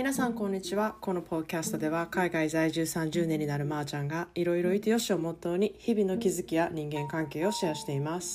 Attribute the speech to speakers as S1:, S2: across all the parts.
S1: 皆さんこんにちは。このポッドキャストでは海外在住30年になるまーちゃんがいろいろいてよしをモットーに日々の気づきや人間関係をシェアしています。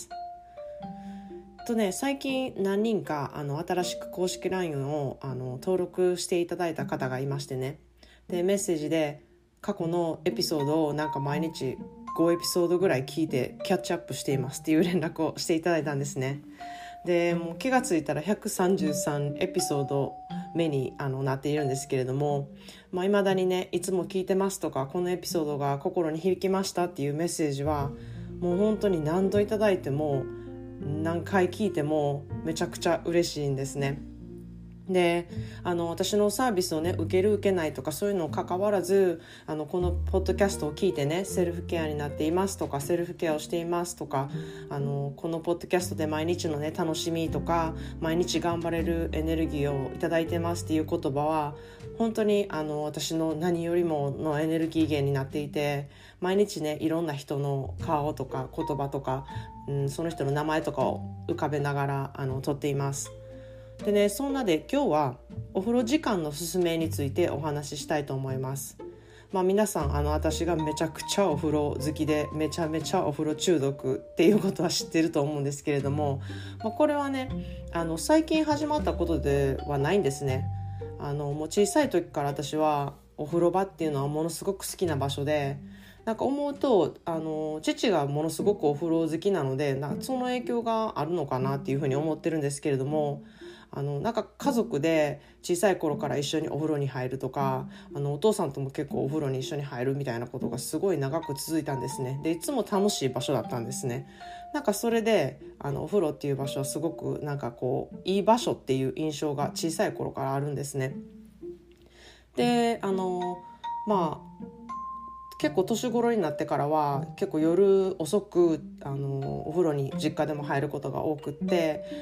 S1: 最近何人か新しく公式 LINE を登録していただいた方がいましてね。でメッセージで過去のエピソードを毎日5エピソードぐらい聞いてキャッチアップしていますっていう連絡をしていただいたんですね。でもう気がついたら133エピソード目になっているんですけれども、未だにね、いつも聞いてますとか、このエピソードが心に響きましたっていうメッセージはもう本当に何度いただいても何回聞いてもめちゃくちゃ嬉しいんですね。で私のサービスをね受ける受けないとかそういうの関わらずこのポッドキャストを聞いてね、セルフケアになっていますとか、セルフケアをしていますとか、このポッドキャストで毎日のね楽しみとか、毎日頑張れるエネルギーをいただいてますっていう言葉は本当に私の何よりものエネルギー源になっていて、毎日ねいろんな人の顔とか言葉とか、その人の名前とかを浮かべながら撮っています。でね、そんなで今日はお風呂時間の勧めについてお話ししたいと思います。皆さん私がめちゃくちゃお風呂好きでめちゃめちゃお風呂中毒っていうことは知ってると思うんですけれども、これはね最近始まったことではないんですね。もう小さい時から私はお風呂場っていうのはものすごく好きな場所で、思うと父がものすごくお風呂好きなのでその影響があるのかなっていうふうに思ってるんですけれども、家族で小さい頃から一緒にお風呂に入るとか、お父さんとも結構お風呂に一緒に入るみたいなことがすごい長く続いたんですね。でいつも楽しい場所だったんですね。それでお風呂っていう場所はすごくいい場所っていう印象が小さい頃からあるんですね。で結構年頃になってからは結構夜遅くお風呂に実家でも入ることが多くって、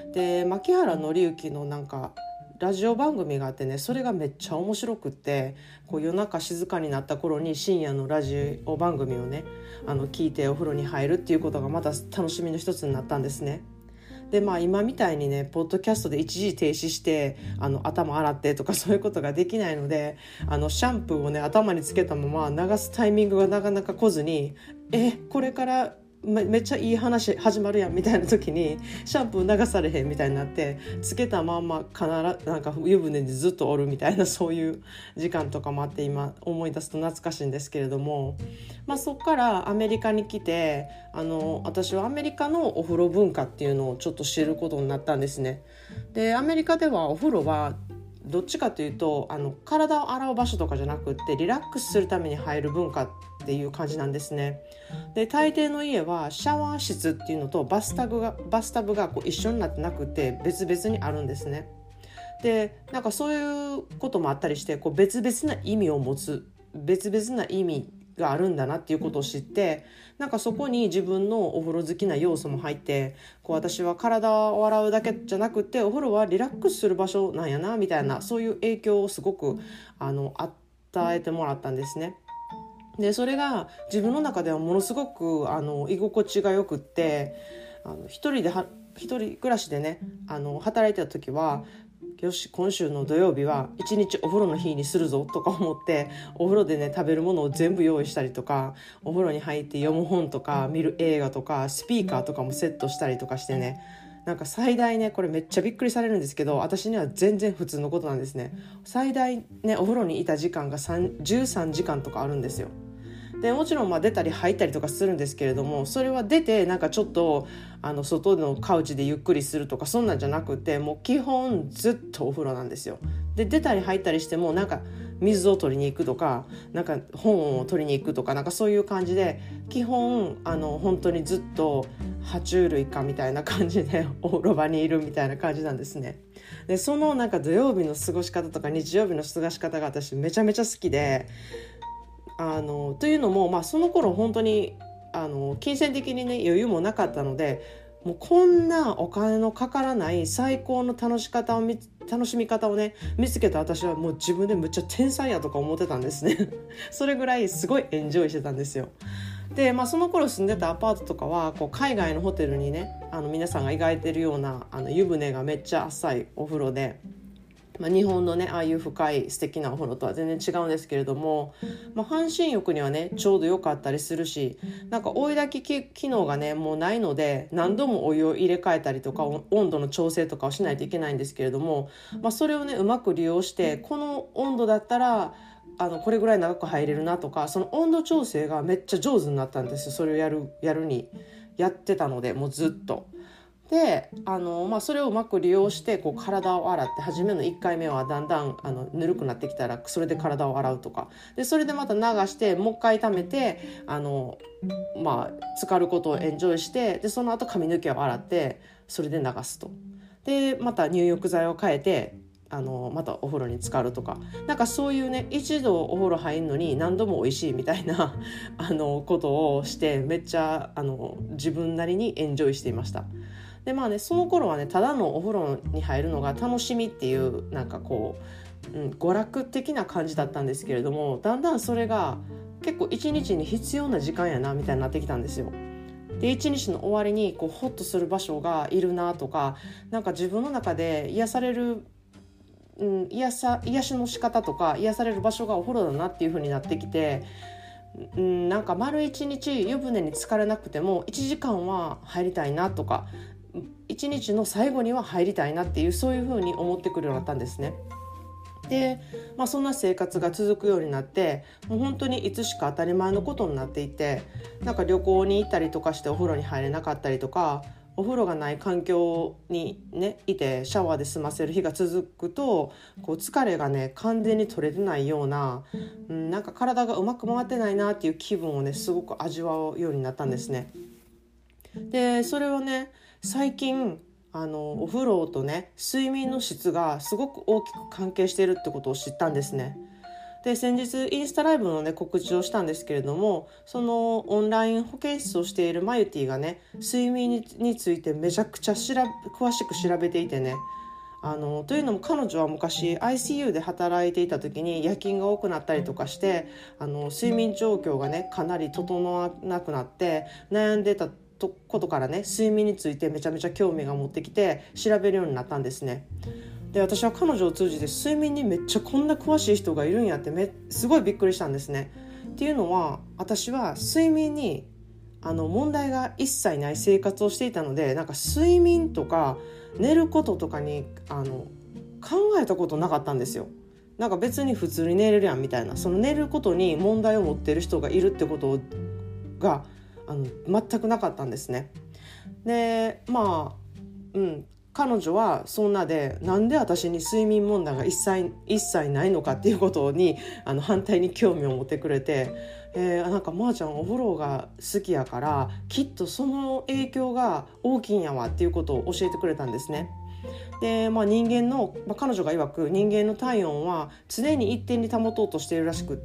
S1: で牧原紀之のラジオ番組があってね、それがめっちゃ面白くって、夜中静かになった頃に深夜のラジオ番組をね聞いてお風呂に入るっていうことがまた楽しみの一つになったんですね。で今みたいにねポッドキャストで一時停止して頭洗ってとかそういうことができないので、シャンプーをね頭につけたまま流すタイミングがなかなか来ずに、これからめっちゃいい話始まるやんみたいな時にシャンプー流されへんみたいになって、つけたまんま必ず湯船にずっとおるみたいな、そういう時間とかもあって、今思い出すと懐かしいんですけれども、そっからアメリカに来て私はアメリカのお風呂文化っていうのをちょっと知ることになったんですね。でアメリカではお風呂はどっちかというと体を洗う場所とかじゃなくってリラックスするために入る文化っていう感じなんですね。で大抵の家はシャワー室っていうのとバスタブが一緒になってなくて別々にあるんですね。でそういうこともあったりして、別々な意味を持つ、別々な意味があるんだなっていうことを知って、そこに自分のお風呂好きな要素も入って、私は体を洗うだけじゃなくてお風呂はリラックスする場所なんやなみたいな、そういう影響をすごく与えてもらったんですね。でそれが自分の中ではものすごく居心地がよくって、一人暮らしでね働いてた時は、よし今週の土曜日は一日お風呂の日にするぞとか思って、お風呂でね食べるものを全部用意したりとか、お風呂に入って読む本とか見る映画とかスピーカーとかもセットしたりとかしてね、最大ねこれめっちゃびっくりされるんですけど、私には全然普通のことなんですね。最大ねお風呂にいた時間が13時間とかあるんですよ。でもちろん出たり入ったりとかするんですけれども、それは出てちょっと外のカウチでゆっくりするとかそんなんじゃなくて、もう基本ずっとお風呂なんですよ。で出たり入ったりしても水を取りに行くとか本を取りに行くとかそういう感じで、基本本当にずっと爬虫類かみたいな感じでお風呂場にいるみたいな感じなんですね。でその土曜日の過ごし方とか日曜日の過ごし方が私めちゃめちゃ好きで、というのも、その頃本当に金銭的にね余裕もなかったので、もうこんなお金のかからない最高の楽しみ方をね見つけた私はもう自分でむっちゃ天才やとか思ってたんですねそれぐらいすごいエンジョイしてたんですよ。で、その頃住んでたアパートとかは海外のホテルにね皆さんが描いてるような湯船がめっちゃ浅いお風呂で、 日本のねああいう深い素敵なお風呂とは全然違うんですけれども、半身浴にはねちょうど良かったりするし、なんか追い焚き機能がねもうないので何度もお湯を入れ替えたりとか温度の調整とかをしないといけないんですけれども、それをねうまく利用してこの温度だったらこれぐらい長く入れるなとか、その温度調整がめっちゃ上手になったんですよ。それをやってたのでもうずっと。でそれをうまく利用してこう体を洗って、初めの1回目はだんだんぬるくなってきたらそれで体を洗うとかで、それでまた流してもう一回溜めて浸かることをエンジョイして、でその後髪の毛を洗ってそれで流すと。でまた入浴剤を変えてまたお風呂に浸かるとか、なんかそういうね一度お風呂入るのに何度も美味しいみたいなことをしてめっちゃ自分なりにエンジョイしていました。でその頃はねただのお風呂に入るのが楽しみっていうなんかこう、娯楽的な感じだったんですけれども、だんだんそれが結構一日に必要な時間やなみたいになってきたんですよ。で一日の終わりにこうホッとする場所がいるなとか、なんか自分の中で癒される癒しの仕方とか癒される場所がお風呂だなっていう風になってきて、なんか丸一日湯船に浸かれなくても1時間は入りたいなとか、一日の最後には入りたいなっていう、そういう風に思ってくるようになったんですね。で、そんな生活が続くようになって、もう本当にいつしか当たり前のことになっていて、なんか旅行に行ったりとかしてお風呂に入れなかったりとか、お風呂がない環境にねいてシャワーで済ませる日が続くと、こう疲れがね完全に取れてないような、なんか体がうまく回ってないなっていう気分をねすごく味わうようになったんですね。でそれをね最近お風呂とね睡眠の質がすごく大きく関係しているってことを知ったんですね。で先日インスタライブのね告知をしたんですけれども、そのオンライン保健室をしているマユティがね睡眠についてめちゃくちゃ詳しく調べていてね、というのも彼女は昔 ICU で働いていた時に夜勤が多くなったりとかして睡眠状況がねかなり整わなくなって悩んでたことからね睡眠についてめちゃめちゃ興味が持ってきて調べるようになったんですね。で私は彼女を通じて睡眠にめっちゃこんな詳しい人がいるんやってすごいびっくりしたんですね。っていうのは私は睡眠に問題が一切ない生活をしていたので、なんか睡眠とか寝ることとかに考えたことなかったんですよ。なんか別に普通に寝れるやんみたいな、その寝ることに問題を持ってる人がいるってことが全くなかったんですね。で彼女はそんなでなんで私に睡眠問題が一切ないのかっていうことに反対に興味を持ってくれて、なんかまーちゃんお風呂が好きやからきっとその影響が大きいんやわっていうことを教えてくれたんですね。で、人間の、彼女が曰く人間の体温は常に一定に保とうとしているらしくって、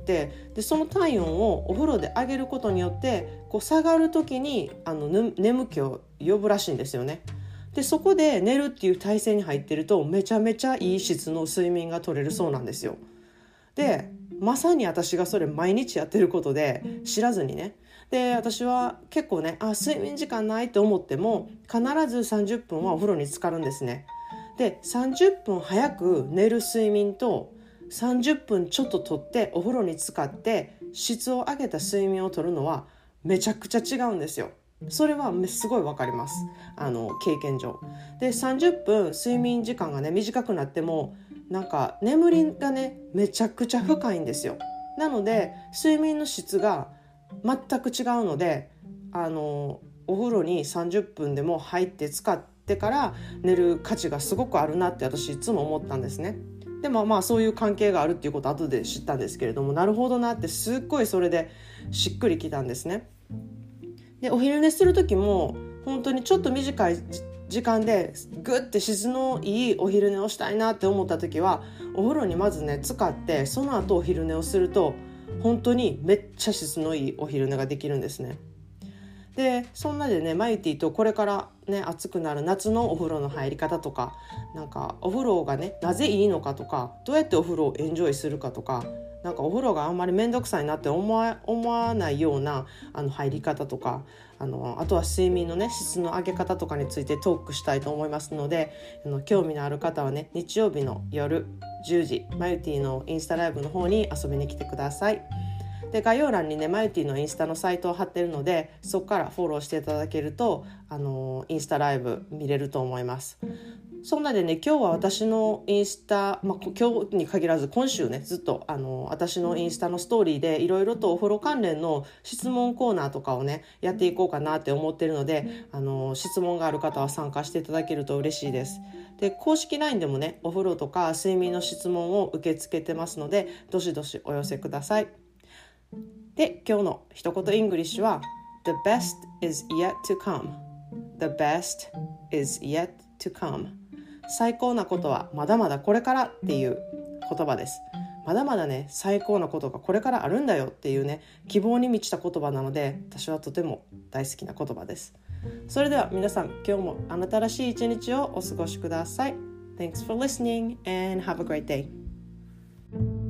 S1: でその体温をお風呂で上げることによってこう下がる時に眠気を呼ぶらしいんですよね。でそこで寝るっていう体勢に入ってるとめちゃめちゃいい質の睡眠が取れるそうなんですよ。でまさに私がそれ毎日やってることで知らずにね、で私は結構ね睡眠時間ないと思っても必ず30分はお風呂に浸かるんですね。で30分早く寝る睡眠と30分ちょっと取ってお風呂に浸かって質を上げた睡眠を取るのはめちゃくちゃ違うんですよ。それはすごいわかります、経験上で。30分睡眠時間がね短くなってもなんか眠りがねめちゃくちゃ深いんですよ。なので睡眠の質が全く違うのでお風呂に30分でも入って浸かってから寝る価値がすごくあるなって私いつも思ったんですね。でもそういう関係があるっていうことを後で知ったんですけれども、なるほどなってすっごいそれでしっくりきたんですね。でお昼寝する時も本当にちょっと短い時間でグッて質のいいお昼寝をしたいなって思った時はお風呂にまずね浸かってその後お昼寝をすると本当にめっちゃ質のいいお昼寝ができるんですね。でそんなでねマイティとこれからね暑くなる夏のお風呂の入り方とか、なんかお風呂がねなぜいいのかとか、どうやってお風呂をエンジョイするかとか、 なんかお風呂があんまり面倒くさいなって思わないような入り方とか、あとは睡眠のね質の上げ方とかについてトークしたいと思いますので、興味のある方はね、日曜日の夜10時マユティのインスタライブの方に遊びに来てください。で、概要欄にねマユティのインスタのサイトを貼ってるので、そこからフォローしていただけるとインスタライブ見れると思います。そんなでね、今日は私のインスタ、今日に限らず今週ねずっと私のインスタのストーリーでいろいろとお風呂関連の質問コーナーとかをねやっていこうかなって思ってるので、質問がある方は参加していただけると嬉しいです。で、公式 LINE でもねお風呂とか睡眠の質問を受け付けてますので、どしどしお寄せください。で、今日の一言イングリッシュは The best is yet to come. The best is yet to come. 最高なことはまだまだこれからっていう言葉です。まだまだね最高なことがこれからあるんだよっていうね希望に満ちた言葉なので、私はとても大好きな言葉です。それでは皆さん、今日もあなたらしい一日をお過ごしください。Thanks for listening and have a great day.